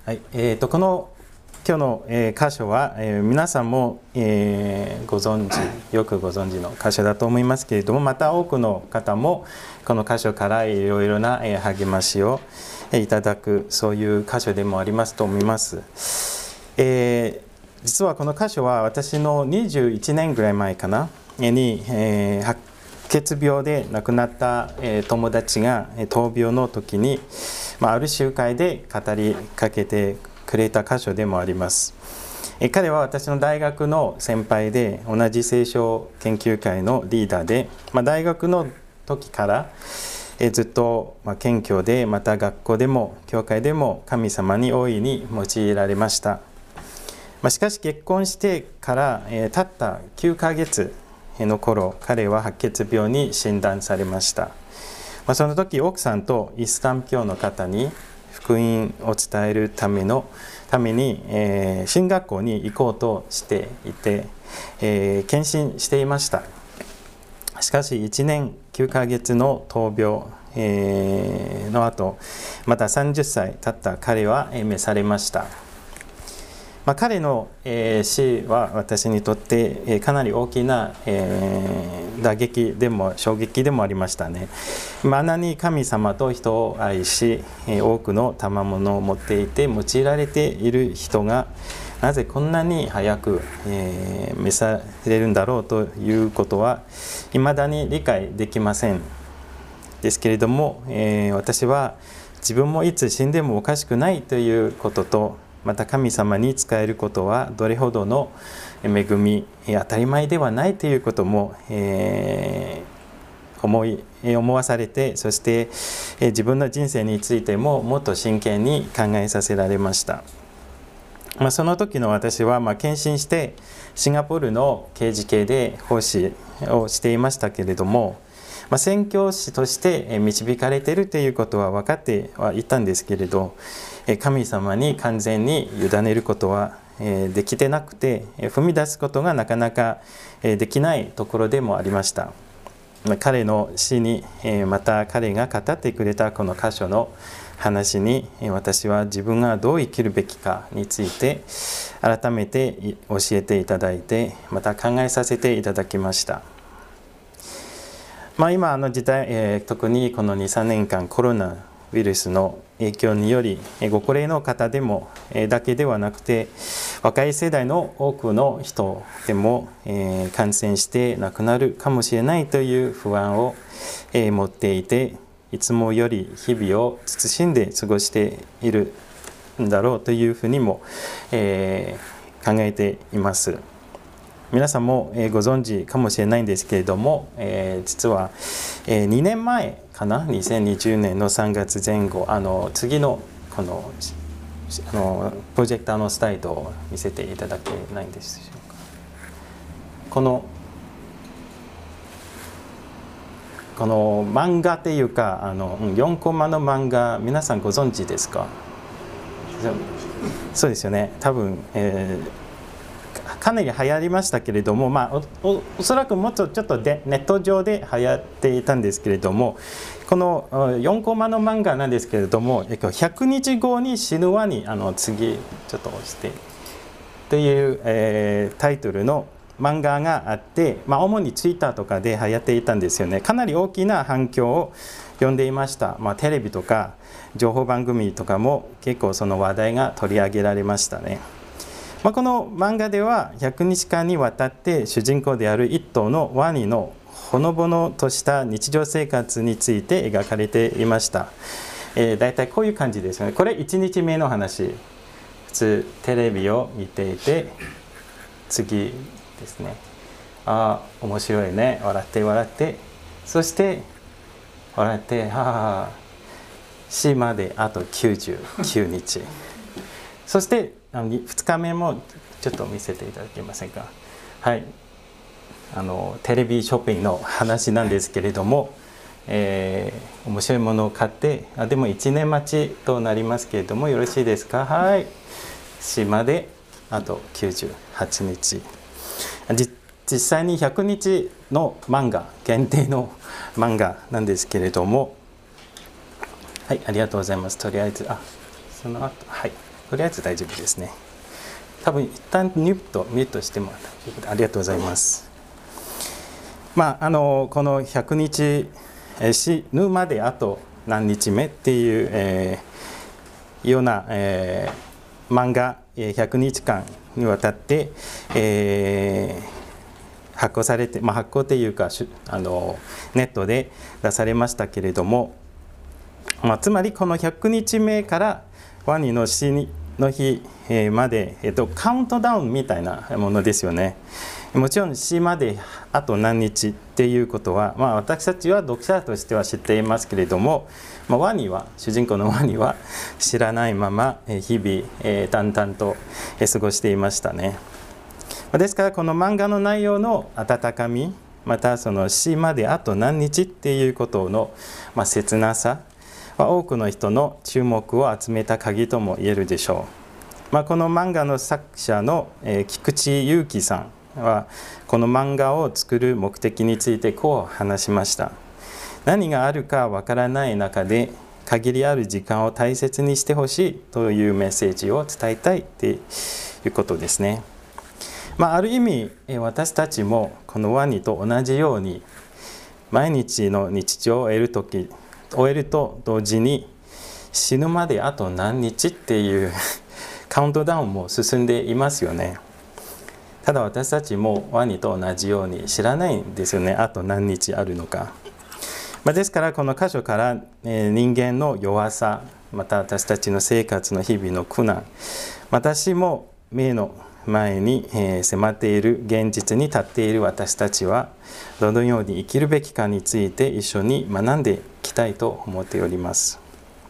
はい、この今日の、箇所は、皆さんも、よくご存知の箇所だと思いますけれども、また多くの方もこの箇所からいろいろな、励ましを、いただく、そういう箇所でもありますと思います。実はこの箇所は私の21年ぐらい前かなに、白血病で亡くなった、友達が闘病の時に、ある集会で語りかけてくれた箇所でもあります。彼は私の大学の先輩で、同じ聖書研究会のリーダーで、大学の時からずっと謙虚で、また学校でも教会でも神様に大いに用いられました。しかし結婚してからたった9ヶ月の頃、彼は白血病に診断されました。その時奥さんとイスラム教の方に福音を伝えるために、進学校に行こうとしていて、献身していました。しかし1年9ヶ月の闘病、の後、また30歳経った彼は召されました。彼の死は私にとってかなり大きな打撃でも衝撃でもありましたね。あんなに神様と人を愛し、多くの賜物を持っていて用いられている人がなぜこんなに早く召されるんだろうということは未だに理解できません。ですけれども、私は自分もいつ死んでもおかしくないということと、また神様に仕えることはどれほどの恵み、当たり前ではないということも、思わされて、そして自分の人生についてももっと真剣に考えさせられました。その時の私は献身してシンガポールの刑事系で奉仕をしていましたけれども、宣教師として導かれているということは分かってはいたんですけれど、神様に完全に委ねることはできてなくて、踏み出すことがなかなかできないところでもありました。彼の死に、また彼が語ってくれたこの箇所の話に、私は自分がどう生きるべきかについて改めて教えていただいて、また考えさせていただきました。今の時代、特にこの 2,3 年間コロナウイルスの影響により、ご高齢の方でもだけではなくて、若い世代の多くの人でも感染して亡くなるかもしれないという不安を持っていて、いつもより日々を慎んで過ごしているんだろうというふうにも考えています。皆さんもご存知かもしれないんですけれども、実は2年前かな、2020年の3月前後、次のこのプロジェクターのスライドを見せていただけないんでしょうか。この漫画っていうか4コマの漫画、皆さんご存知ですか？そうですよね。多分、かなり流行りましたけれども、おそらくもっとちょっとネット上で流行っていたんですけれども、この4コマの漫画なんですけれども、100日後に死ぬワニ、次ちょっと押してという、タイトルの漫画があって、主にツイッターとかで流行っていたんですよね。かなり大きな反響を呼んでいました。テレビとか情報番組とかも結構その話題が取り上げられましたね。この漫画では100日間にわたって主人公である一頭のワニのほのぼのとした日常生活について描かれていました。だいたいこういう感じですよね。これ1日目の話。普通テレビを見ていて、次ですね。面白いね。笑って笑って。そして笑って、死まであと99日。そして2日目もちょっと見せていただけませんか。はい、テレビショッピングの話なんですけれども、面白いものを買って、でも1年待ちとなりますけれどもよろしいですか。はい、死まであと98日。実際に100日の漫画、限定の漫画なんですけれども、はい、ありがとうございます。とりあえずその後、はい、 とりあえず大丈夫ですね。多分一旦ミュートしてもありがとうございます。この100日、死ぬまであと何日目っていう、ような、漫画100日間にわたって、発行されて、発行というかネットで出されましたけれども、つまりこの100日目からワニの死の日まで、カウントダウンみたいなものですよね。もちろん死まであと何日っていうことは、私たちは読者としては知っていますけれども、ワニは主人公のワニは知らないまま日々淡々と過ごしていましたね。ですからこの漫画の内容の温かみ、またその死まであと何日っていうことの切なさは多くの人の注目を集めた鍵とも言えるでしょう。この漫画の作者の菊池雄輝さんはこの漫画を作る目的についてこう話しました。何があるかわからない中で限りある時間を大切にしてほしいというメッセージを伝えたいということですね。ある意味私たちもこのワニと同じように毎日の日常を終えると同時に死ぬまであと何日っていうカウントダウンも進んでいますよね。ただ私たちもワニと同じように知らないんですよね、あと何日あるのか。ですからこの箇所から人間の弱さ、また私たちの生活の日々の苦難、私も目の前に迫っている現実に立っている私たちはどのように生きるべきかについて一緒に学んでいきたいと思っております。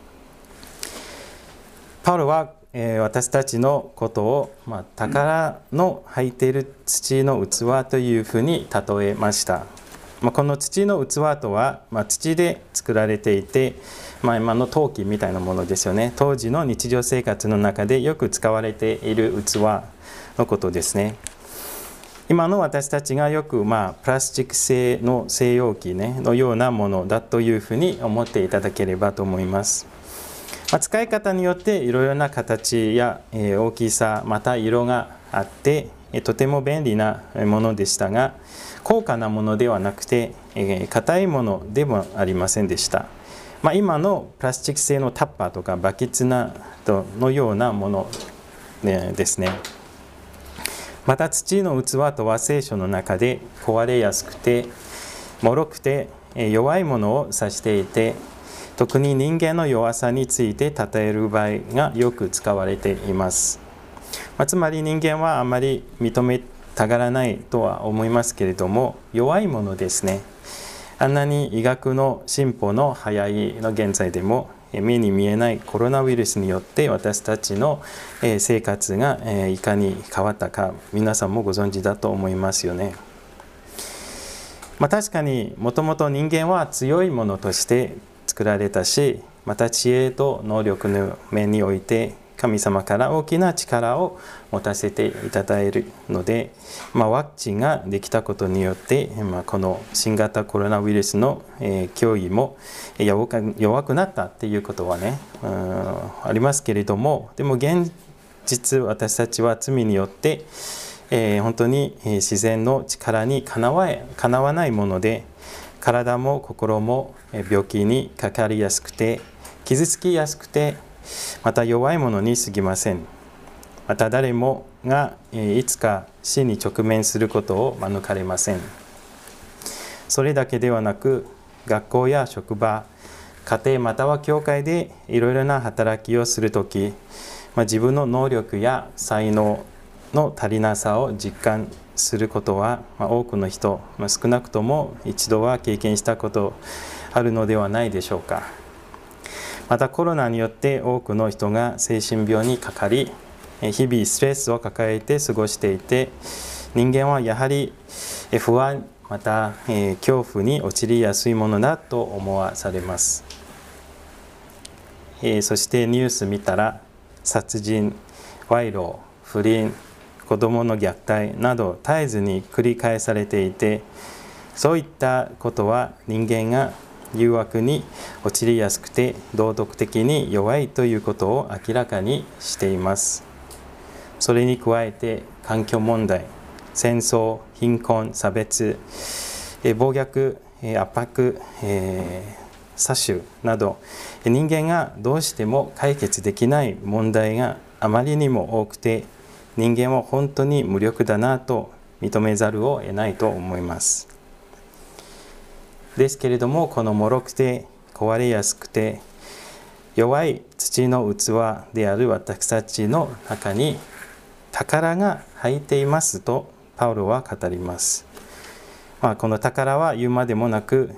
パウロは私たちのことを宝の入っている土の器というふうに例えました。この土の器とは土で作られていて、今の陶器みたいなものですよね。当時の日常生活の中でよく使われている器のことですね。今の私たちがよくプラスチック製の西洋器のようなものだというふうに思っていただければと思います。使い方によっていろいろな形や大きさ、また色があってとても便利なものでしたが、高価なものではなくて硬いものでもありませんでした。今のプラスチック製のタッパーとかバケツなどのようなものですね。また土の器とは聖書の中で壊れやすくて脆くて弱いものを指していて、特に人間の弱さについて称える場合がよく使われています。つまり人間はあまり認めたがらないとは思いますけれども、弱いものですね。あんなに医学の進歩の早いの現在でも目に見えないコロナウイルスによって私たちの生活がいかに変わったか皆さんもご存知だと思いますよね。確かにもともと人間は強いものとして作られたし、また知恵と能力の面において神様から大きな力を持たせていただいるので、ワクチンができたことによって、この新型コロナウイルスの脅威も弱くなったっていうことはね、ありますけれども、でも現実私たちは罪によって本当に自然の力にかなわないもので、体も心も病気にかかりやすくて傷つきやすくて、また弱いものに過ぎません。また誰もがいつか死に直面することを免れません。それだけではなく、学校や職場、家庭または教会でいろいろな働きをするとき、自分の能力や才能の足りなさを実感することは多くの人、少なくとも一度は経験したことあるのではないでしょうか。またコロナによって多くの人が精神病にかかり、日々ストレスを抱えて過ごしていて、人間はやはり不安また恐怖に陥りやすいものだと思わされます。そしてニュース見たら殺人、賄賂、不倫、子どもの虐待など絶えずに繰り返されていて、そういったことは人間が誘惑に陥りやすくて道徳的に弱いということを明らかにしています。それに加えて環境問題、戦争、貧困、差別、暴虐、圧迫、殺種など人間がどうしても解決できない問題があまりにも多くて、人間は本当に無力だなと認めざるを得ないと思います。ですけれども、この脆くて壊れやすくて弱い土の器である私たちの中に宝が入っていますとパウロは語ります。この宝は言うまでもなく、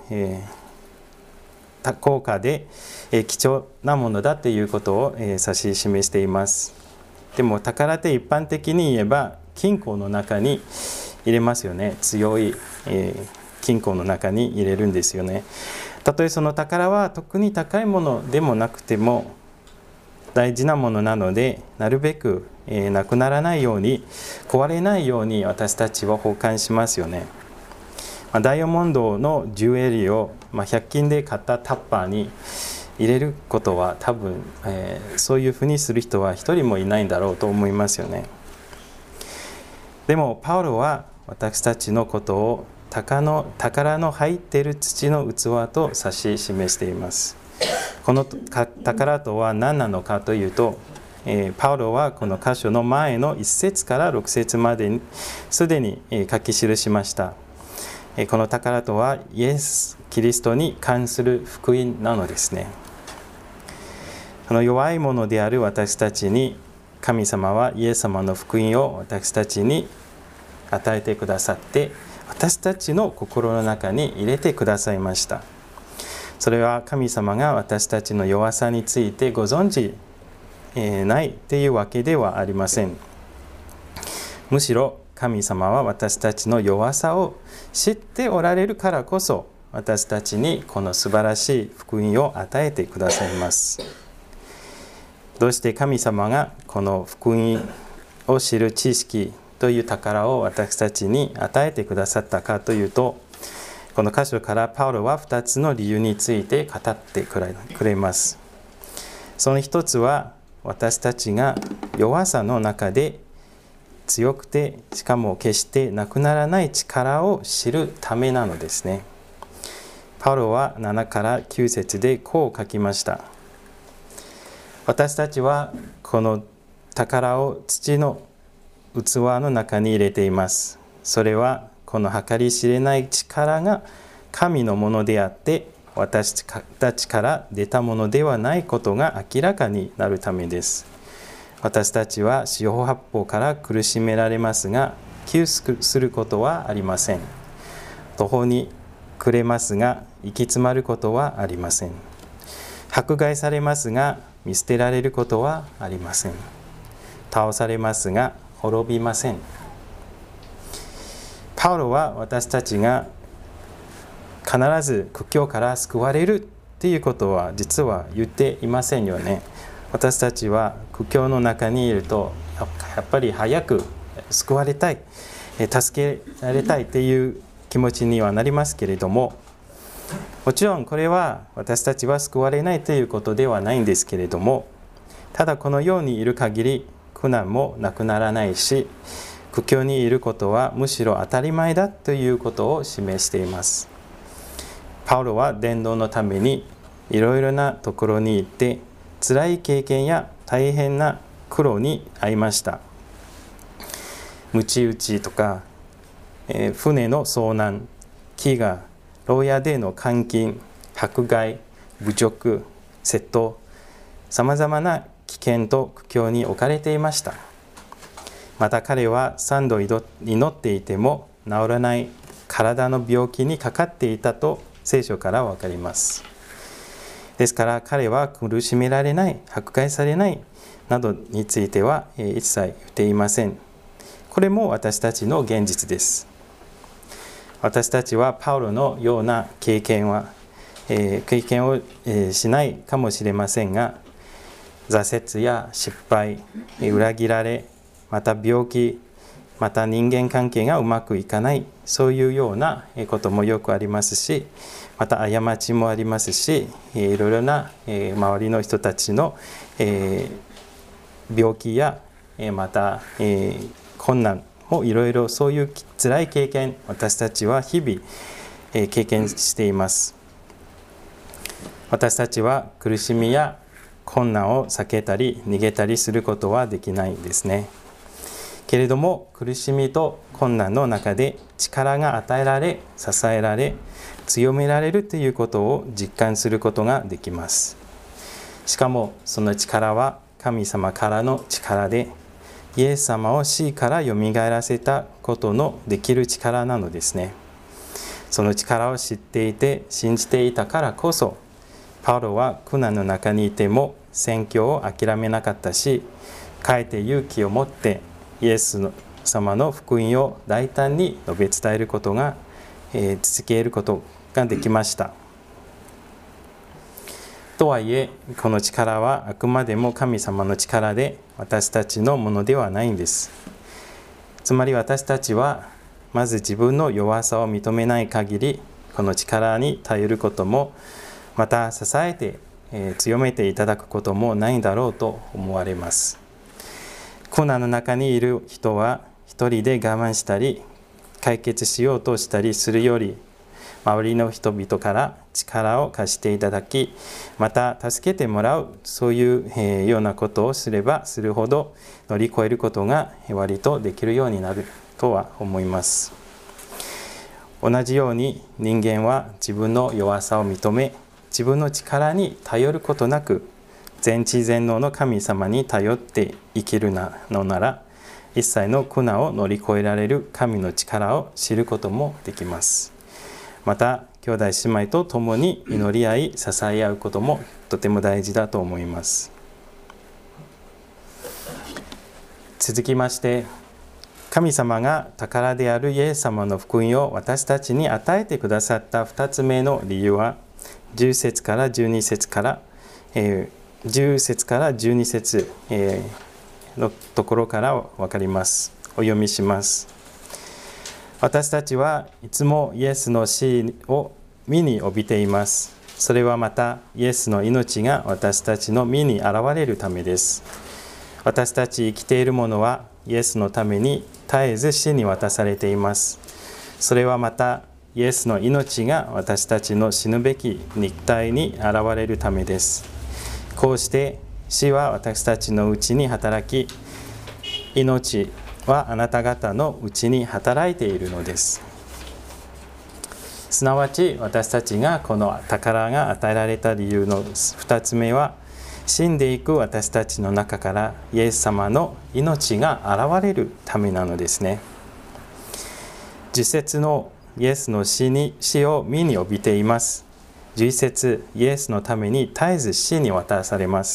高価で貴重なものだということを指し示しています。でも宝って一般的に言えば金庫の中に入れますよね。強い金庫の中に入れるんですよね。たとえその宝は特に高いものでもなくても大事なものなので、なるべくなくならないように、壊れないように私たちは保管しますよね。ダイヤモンドのジュエリーを100均で買ったタッパーに入れることは多分、そういうふうにする人は一人もいないんだろうと思いますよね。でもパウロは私たちのことを宝の入っている土の器と指し示しています。この宝とは何なのかというと、パウロはこの箇所の前の1節から6節までにすでに書き記しました。この宝とはイエス・キリストに関する福音なのですね。この弱いものである私たちに神様はイエス様の福音を私たちに与えてくださって、私たちの心の中に入れてくださいました。それは神様が私たちの弱さについてご存知ないというわけではありません。むしろ神様は私たちの弱さを知っておられるからこそ、私たちにこの素晴らしい福音を与えてくださいます。どうして神様がこの福音を知る知識という宝を私たちに与えてくださったかというと、この箇所からパウロは2つの理由について語ってくれます。その一つは、私たちが弱さの中で強くて、しかも決してなくならない力を知るためなのですね。パウロは7から9節でこう書きました。私たちはこの宝を土の器の中に入れています。それはこの計り知れない力が神のものであって、私たちから出たものではないことが明らかになるためです。私たちは四方八方から苦しめられますが、窮することはありません。途方に暮れますが、行き詰まることはありません。迫害されますが、見捨てられることはありません。倒されますが、滅びません。パウロは私たちが必ず苦境から救われるということは実は言っていませんよね。私たちは苦境の中にいるとやっぱり早く救われたい、助けられたいという気持ちにはなりますけれども、もちろんこれは私たちは救われないということではないんですけれども、ただこのようにいる限り苦難もなくならないし、苦境にいることはむしろ当たり前だということを示しています。パウロは伝道のためにいろいろなところに行って辛い経験や大変な苦労に遭いました。鞭打ちとか、船の遭難、飢餓、牢屋での監禁、迫害、侮辱、窃盗、さまざまな危険と苦境に置かれていました。また彼は3度祈っていても治らない体の病気にかかっていたと聖書からわかります。ですから彼は苦しめられない、迫害されないなどについては一切言っていません。これも私たちの現実です。私たちはパウロのような経験をしないかもしれませんが、挫折や失敗、裏切られ、また病気、 また人間関係がうまくいかない、そういうようなこともよくありますし、また過ちもありますし、いろいろな周りの人たちの病気やまた困難もいろいろ、そういう辛い経験、私たちは日々経験しています。私たちは苦しみや困難を避けたり逃げたりすることはできないんですね。けれども苦しみと困難の中で力が与えられ、支えられ、強められるということを実感することができます。しかもその力は神様からの力で、イエス様を死からよみがえらせたことのできる力なのですね。その力を知っていて信じていたからこそ、パウロは苦難の中にいても宣教を諦めなかったし、かえって勇気を持ってイエス様の福音を大胆に述べ伝えることが、続けることができました。とはいえ、この力はあくまでも神様の力で、私たちのものではないんです。つまり私たちはまず自分の弱さを認めない限り、この力に頼ることも、また支えて、強めていただくこともないんだろうと思われます。苦難の中にいる人は一人で我慢したり解決しようとしたりするより、周りの人々から力を貸していただき、また助けてもらう、そういうようなことをすればするほど乗り越えることが割とできるようになるとは思います。同じように人間は自分の弱さを認め、自分の力に頼ることなく、全知全能の神様に頼って生きるのなら、一切の苦難を乗り越えられる神の力を知ることもできます。また兄弟姉妹と共に祈り合い支え合うこともとても大事だと思います。続きまして、神様が宝であるイエス様の福音を私たちに与えてくださった2つ目の理由は、10節から12節から10節から12節のところから分かります。お読みします。私たちはいつもイエスの死を身に帯びています。それはまたイエスの命が私たちの身に現れるためです。私たち生きているものはイエスのために絶えず死に渡されています。それはまたイエスの命が私たちの死ぬべき肉体に現れるためです。こうして死は私たちのうちに働き、命はあなた方のうちに働いているのです。すなわち私たちがこの宝が与えられた理由の2つ目は、死んでいく私たちの中からイエス様の命が現れるためなのですね。10節のイエスの死を身に帯びています。11節、イエスのために絶えず死に渡されます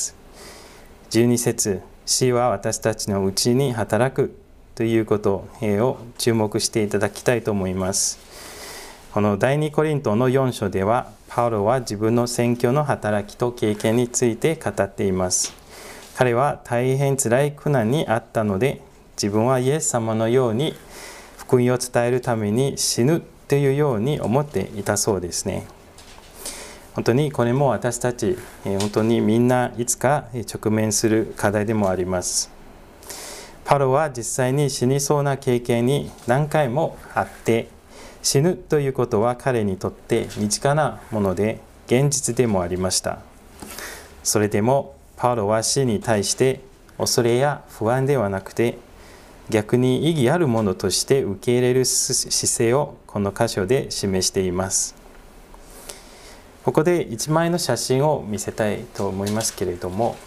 。12節、死は私たちのうちに働くということを注目していただきたいと思います。この第2コリントの4章では、パウロは自分の宣教の働きと経験について語っています。彼は大変つらい苦難にあったので、自分はイエス様のように福音を伝えるために死ぬというように思っていたそうですね。本当にこれも私たち、本当にみんないつか直面する課題でもあります。パロは実際に死にそうな経験に何回もあって、死ぬということは彼にとって身近なもので現実でもありました。それでもパウロは死に対して恐れや不安ではなくて、逆に意義あるものとして受け入れる姿勢をこの箇所で示しています。ここで1枚の写真を見せたいと思いますけれども、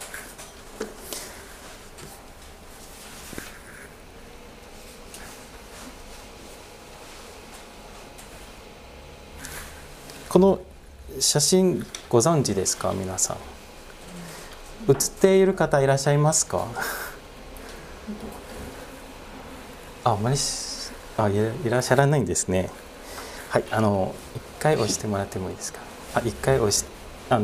この写真ご存知ですか、皆さん。写っている方いらっしゃいますか？あまりいらっしゃらないんですね。はい、一回押してもらってもいいですか？一回押し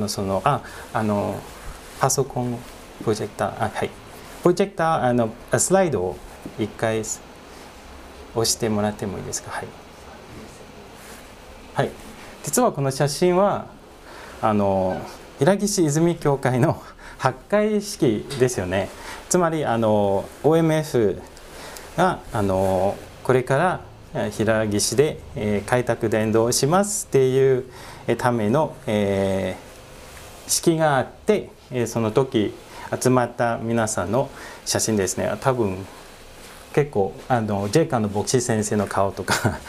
パソコンプロジェクターはいプロジェクタースライドを一回押してもらってもいいですか。はい、はい、実はこの写真は平岸泉教会の発会式ですよね。つまりOMF がこれから平岸で開拓伝道をしますっていうための式があって、その時集まった皆さんの写真ですね。多分結構ジェイカの牧師先生の顔とか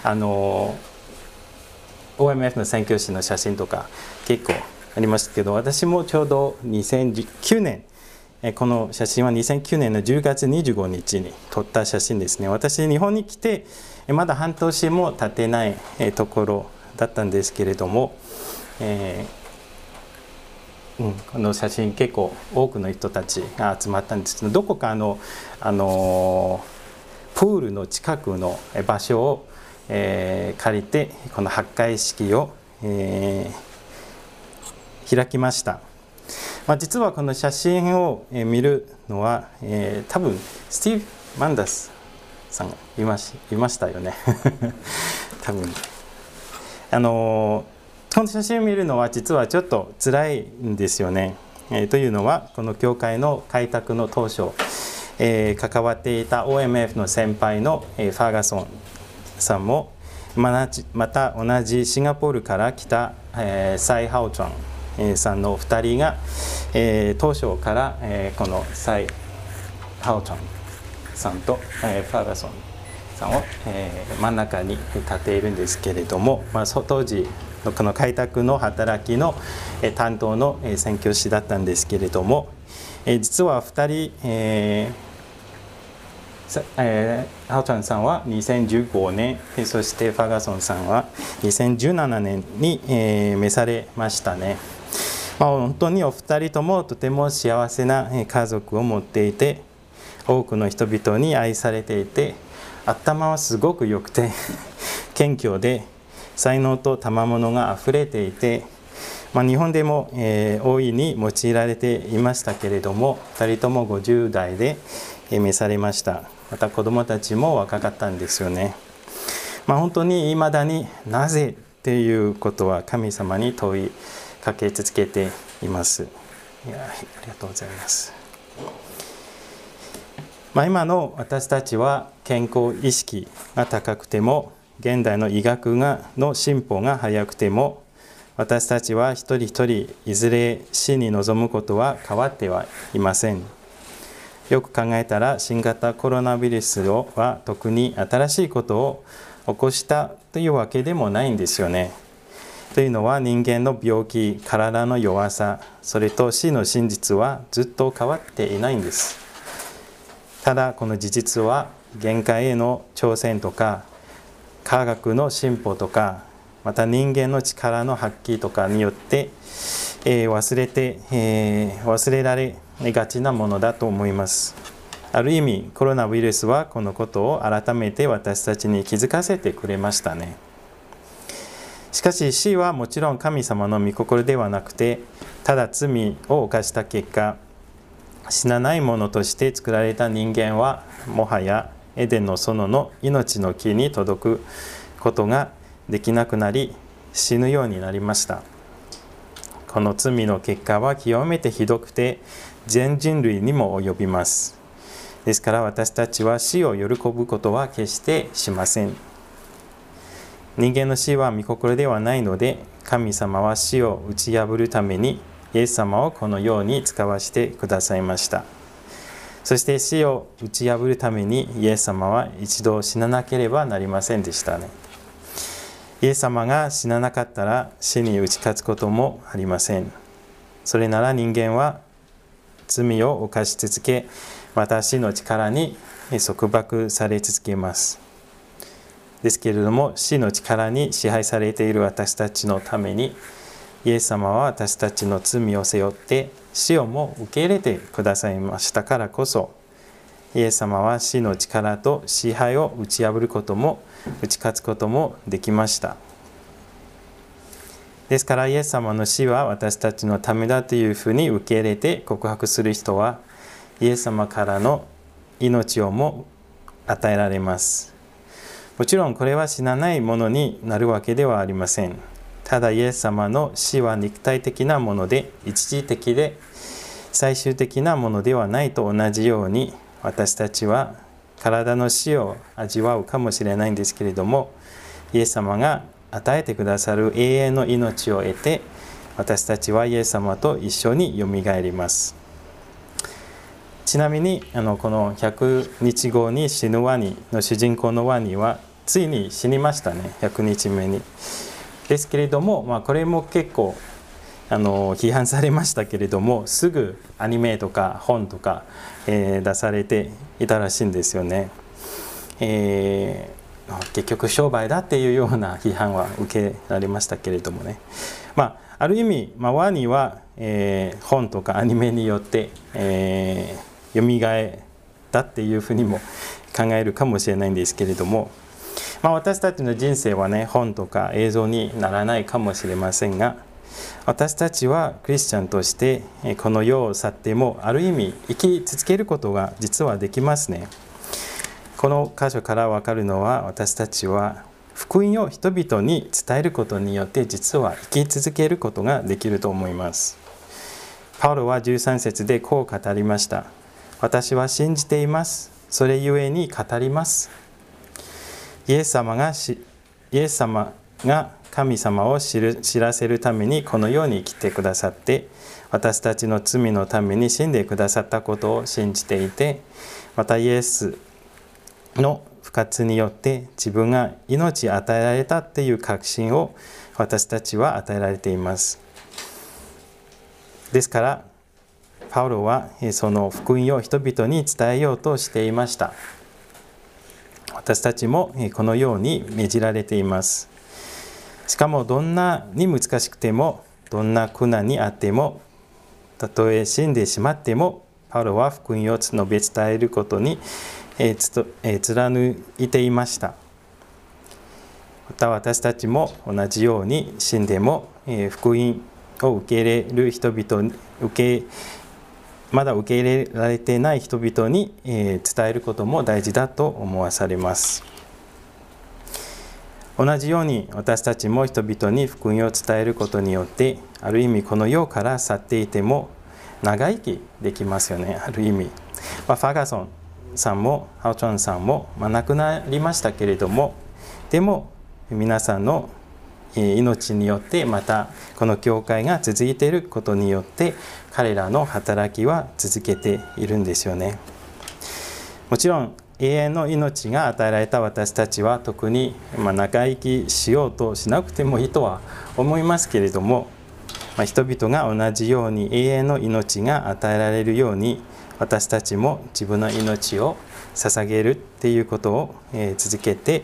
OMF の宣教師の写真とか結構ありましたけど、私もちょうど2009年、この写真は2009年の10月25日に撮った写真ですね。私日本に来てまだ半年も経ってないところだったんですけれども、この写真結構多くの人たちが集まったんですけど、どこかプールの近くの場所を借りてこの発会式を開きました。実はこの写真を見るのは多分スティーブ・マンダスさんがいましたよね多分この写真を見るのは実はちょっと辛いんですよね。というのはこの教会の開拓の当初、関わっていた OMF の先輩のファーガソンさんもまた同じシンガポールから来たサイ・ハオチョンさんの2人が、当初から、このサイ・ハオチョンさんと、ファーガソンさんを、真ん中に立っているんですけれども、当時のこの開拓の働きの、担当の、宣教師だったんですけれども、実は2人、ハオチョンさんは2015年、そしてファーガソンさんは2017年に、召されましたね。本当にお二人ともとても幸せな家族を持っていて、多くの人々に愛されていて、頭はすごく良くて謙虚で才能と賜物があふれていて、日本でも、大いに用いられていましたけれども、2人とも50代で召されました。また子どもたちも若かったんですよね。本当にいまだになぜっていうことは神様に問いかけ続けています。ありがとうございます。今の私たちは健康意識が高くても、現代の医学の進歩が早くても、私たちは一人一人いずれ死に臨むことは変わってはいません。よく考えたら新型コロナウイルスは特に新しいことを起こしたというわけでもないんですよね。というのは人間の病気、体の弱さ、それと死の真実はずっと変わっていないんです。ただこの事実は限界への挑戦とか科学の進歩とか、また人間の力の発揮とかによって忘れられがちなものだと思います。ある意味コロナウイルスはこのことを改めて私たちに気づかせてくれましたね。しかし死はもちろん神様の御心ではなくて、ただ罪を犯した結果、死なないものとして作られた人間はもはやエデンの園の命の木に届くことができなくなり、死ぬようになりました。この罪の結果は極めてひどくて全人類にも及びます。ですから私たちは死を喜ぶことは決してしません。人間の死は御心ではないので、神様は死を打ち破るためにイエス様をこのように使わせてくださいました。そして死を打ち破るためにイエス様は一度死ななければなりませんでしたね。イエス様が死ななかったら死に打ち勝つこともありません。それなら人間は罪を犯し続け、また死の力に束縛され続けます。ですけれども、死の力に支配されている私たちのために、イエス様は私たちの罪を背負って死をも受け入れてくださいましたからこそ、イエス様は死の力と支配を打ち破ることも打ち勝つこともできました。ですからイエス様の死は私たちのためだというふうに受け入れて告白する人は、イエス様からの命をも与えられます。 もちろんこれは死なないものになるわけではありません。ただイエス様の死は肉体的なもので一時的で最終的なものではないと同じように、私たちは体の死を味わうかもしれないんですけれども、イエス様が与えてくださる永遠の命を得て、私たちはイエス様と一緒によみがえります。ちなみにこの100日後に死ぬワニの主人公のワニはついに死にましたね、100日目に。ですけれども、これも結構批判されましたけれども、すぐアニメとか本とか、出されていたらしいんですよね。結局商売だっていうような批判は受けられましたけれどもね。ある意味、ワニは、本とかアニメによって、よみがえったっていうふうにも考えるかもしれないんですけれども、私たちの人生はね、本とか映像にならないかもしれませんが、私たちはクリスチャンとしてこの世を去ってもある意味生き続けることが実はできますね。この箇所から分かるのは、私たちは福音を人々に伝えることによって実は生き続けることができると思います。パウロは13節でこう語りました。私は信じています。それゆえに語ります。イエス様が神様を知らせるためにこの世に来てくださって、私たちの罪のために死んでくださったことを信じていて、またイエスの復活によって自分が命を与えられたっていう確信を私たちは与えられています。ですからパウロはその福音を人々に伝えようとしていました。私たちもこのように命じられています。しかもどんなに難しくても、どんな苦難にあっても、たとえ死んでしまっても、パウロは福音を述べ伝えることに貫いていました。また私たちも同じように死んでも福音を受け入れる人々、まだ受け入れられていない人々に伝えることも大事だと思わされます。同じように私たちも人々に福音を伝えることによって、ある意味この世から去っていても長生きできますよね。ある意味、ファガソンさんもハオチョンさんも、亡くなりましたけれども、でも皆さんの命によってまたこの教会が続いていることによって彼らの働きは続けているんですよね。もちろん永遠の命が与えられた私たちは特に長生きしようとしなくてもいいとは思いますけれども、人々が同じように永遠の命が与えられるように、私たちも自分の命を捧げるっていうことを続けて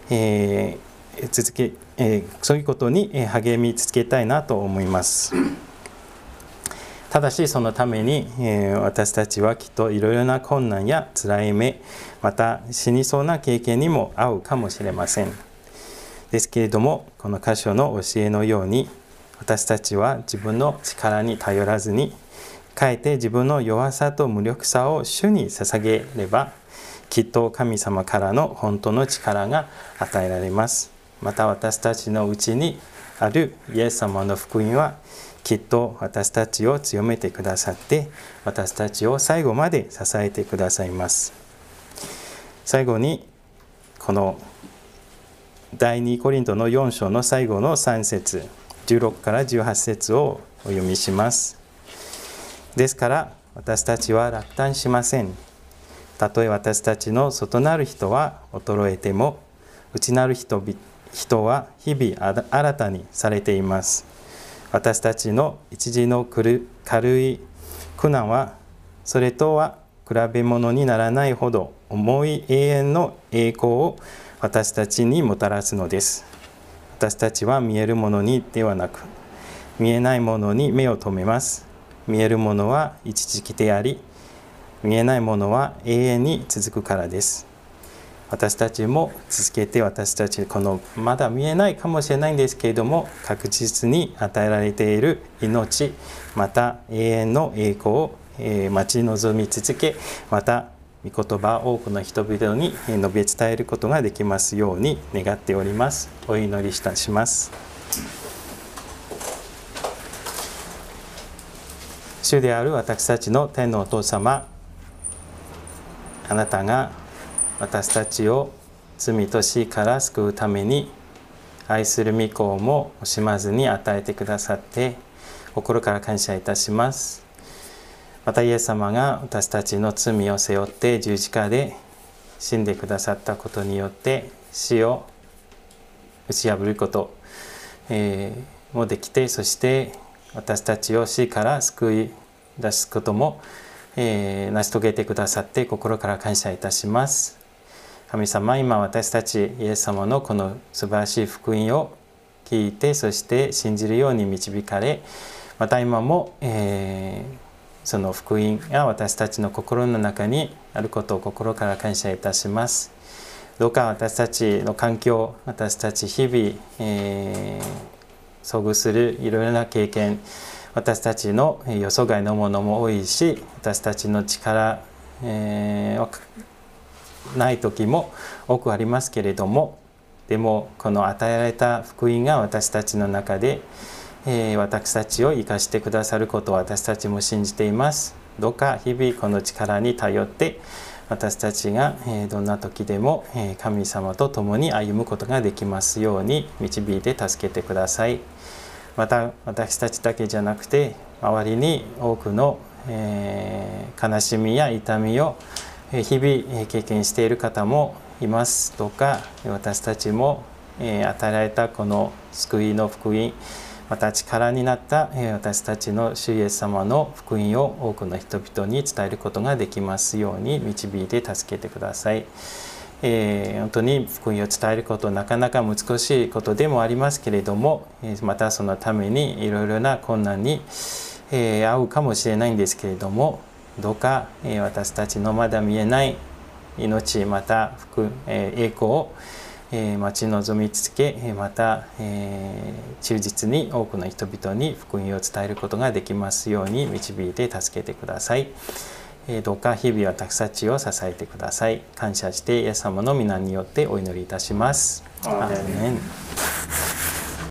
そういうことに励み続けたいなと思います。ただしそのために私たちはきっといろいろな困難や辛い目、また死にそうな経験にも遭うかもしれません。ですけれども、この箇所の教えのように、私たちは自分の力に頼らずに、かえって自分の弱さと無力さを主に捧げれば、きっと神様からの本当の力が与えられます。また私たちのうちにあるイエス様の福音はきっと私たちを強めてくださって、私たちを最後まで支えてくださいます。最後にこの第2コリントの4章の最後の3節16から18節をお読みします。ですから私たちは落胆しません。たとえ私たちの外なる人は衰えても、内なる人は日々新たにされています。私たちの一時の軽い苦難はそれとは比べ物にならないほど重い永遠の栄光を私たちにもたらすのです。私たちは見えるものにではなく、見えないものに目を留めます。見えるものは一時的であり、見えないものは永遠に続くからです。私たちも続けて、私たちこのまだ見えないかもしれないんですけれども、確実に与えられている命、また永遠の栄光を待ち望み続け、また御言葉を多くの人々に述べ伝えることができますように願っております。お祈りいたします。主である私たちの天のお父様、あなたが私たちを罪と死から救うために愛する御子をも惜しまずに与えてくださって心から感謝いたします。またイエス様が私たちの罪を背負って十字架で死んでくださったことによって死を打ち破ること、もできて、そして私たちを死から救い出すことも、成し遂げてくださって心から感謝いたします。神様、今私たちイエス様のこの素晴らしい福音を聞いて、そして信じるように導かれ、また今も、その福音が私たちの心の中にあることを心から感謝いたします。どうか私たちの環境、私たち日々、遭遇するいろいろな経験、私たちの予想外のものも多いし、私たちの力、ない時も多くありますけれども、でもこの与えられた福音が私たちの中で、私たちを生かしてくださることを私たちも信じています。どうか日々この力に頼って私たちがどんな時でも神様と共に歩むことができますように導いて助けてください。また私たちだけじゃなくて周りに多くの悲しみや痛みを日々経験している方もいます。どうか私たちも与えられたこの救いの福音、また力になった私たちの主イエス様の福音を多くの人々に伝えることができますように導いて助けてください。本当に福音を伝えることなかなか難しいことでもありますけれども、またそのためにいろいろな困難に遭うかもしれないんですけれども、どうか私たちのまだ見えない命、また栄光を待ち望み続け、また忠実に多くの人々に福音を伝えることができますように導いて助けてください。どうか日々私たちを支えてください。感謝してイエス様の皆によってお祈りいたします。アーメン。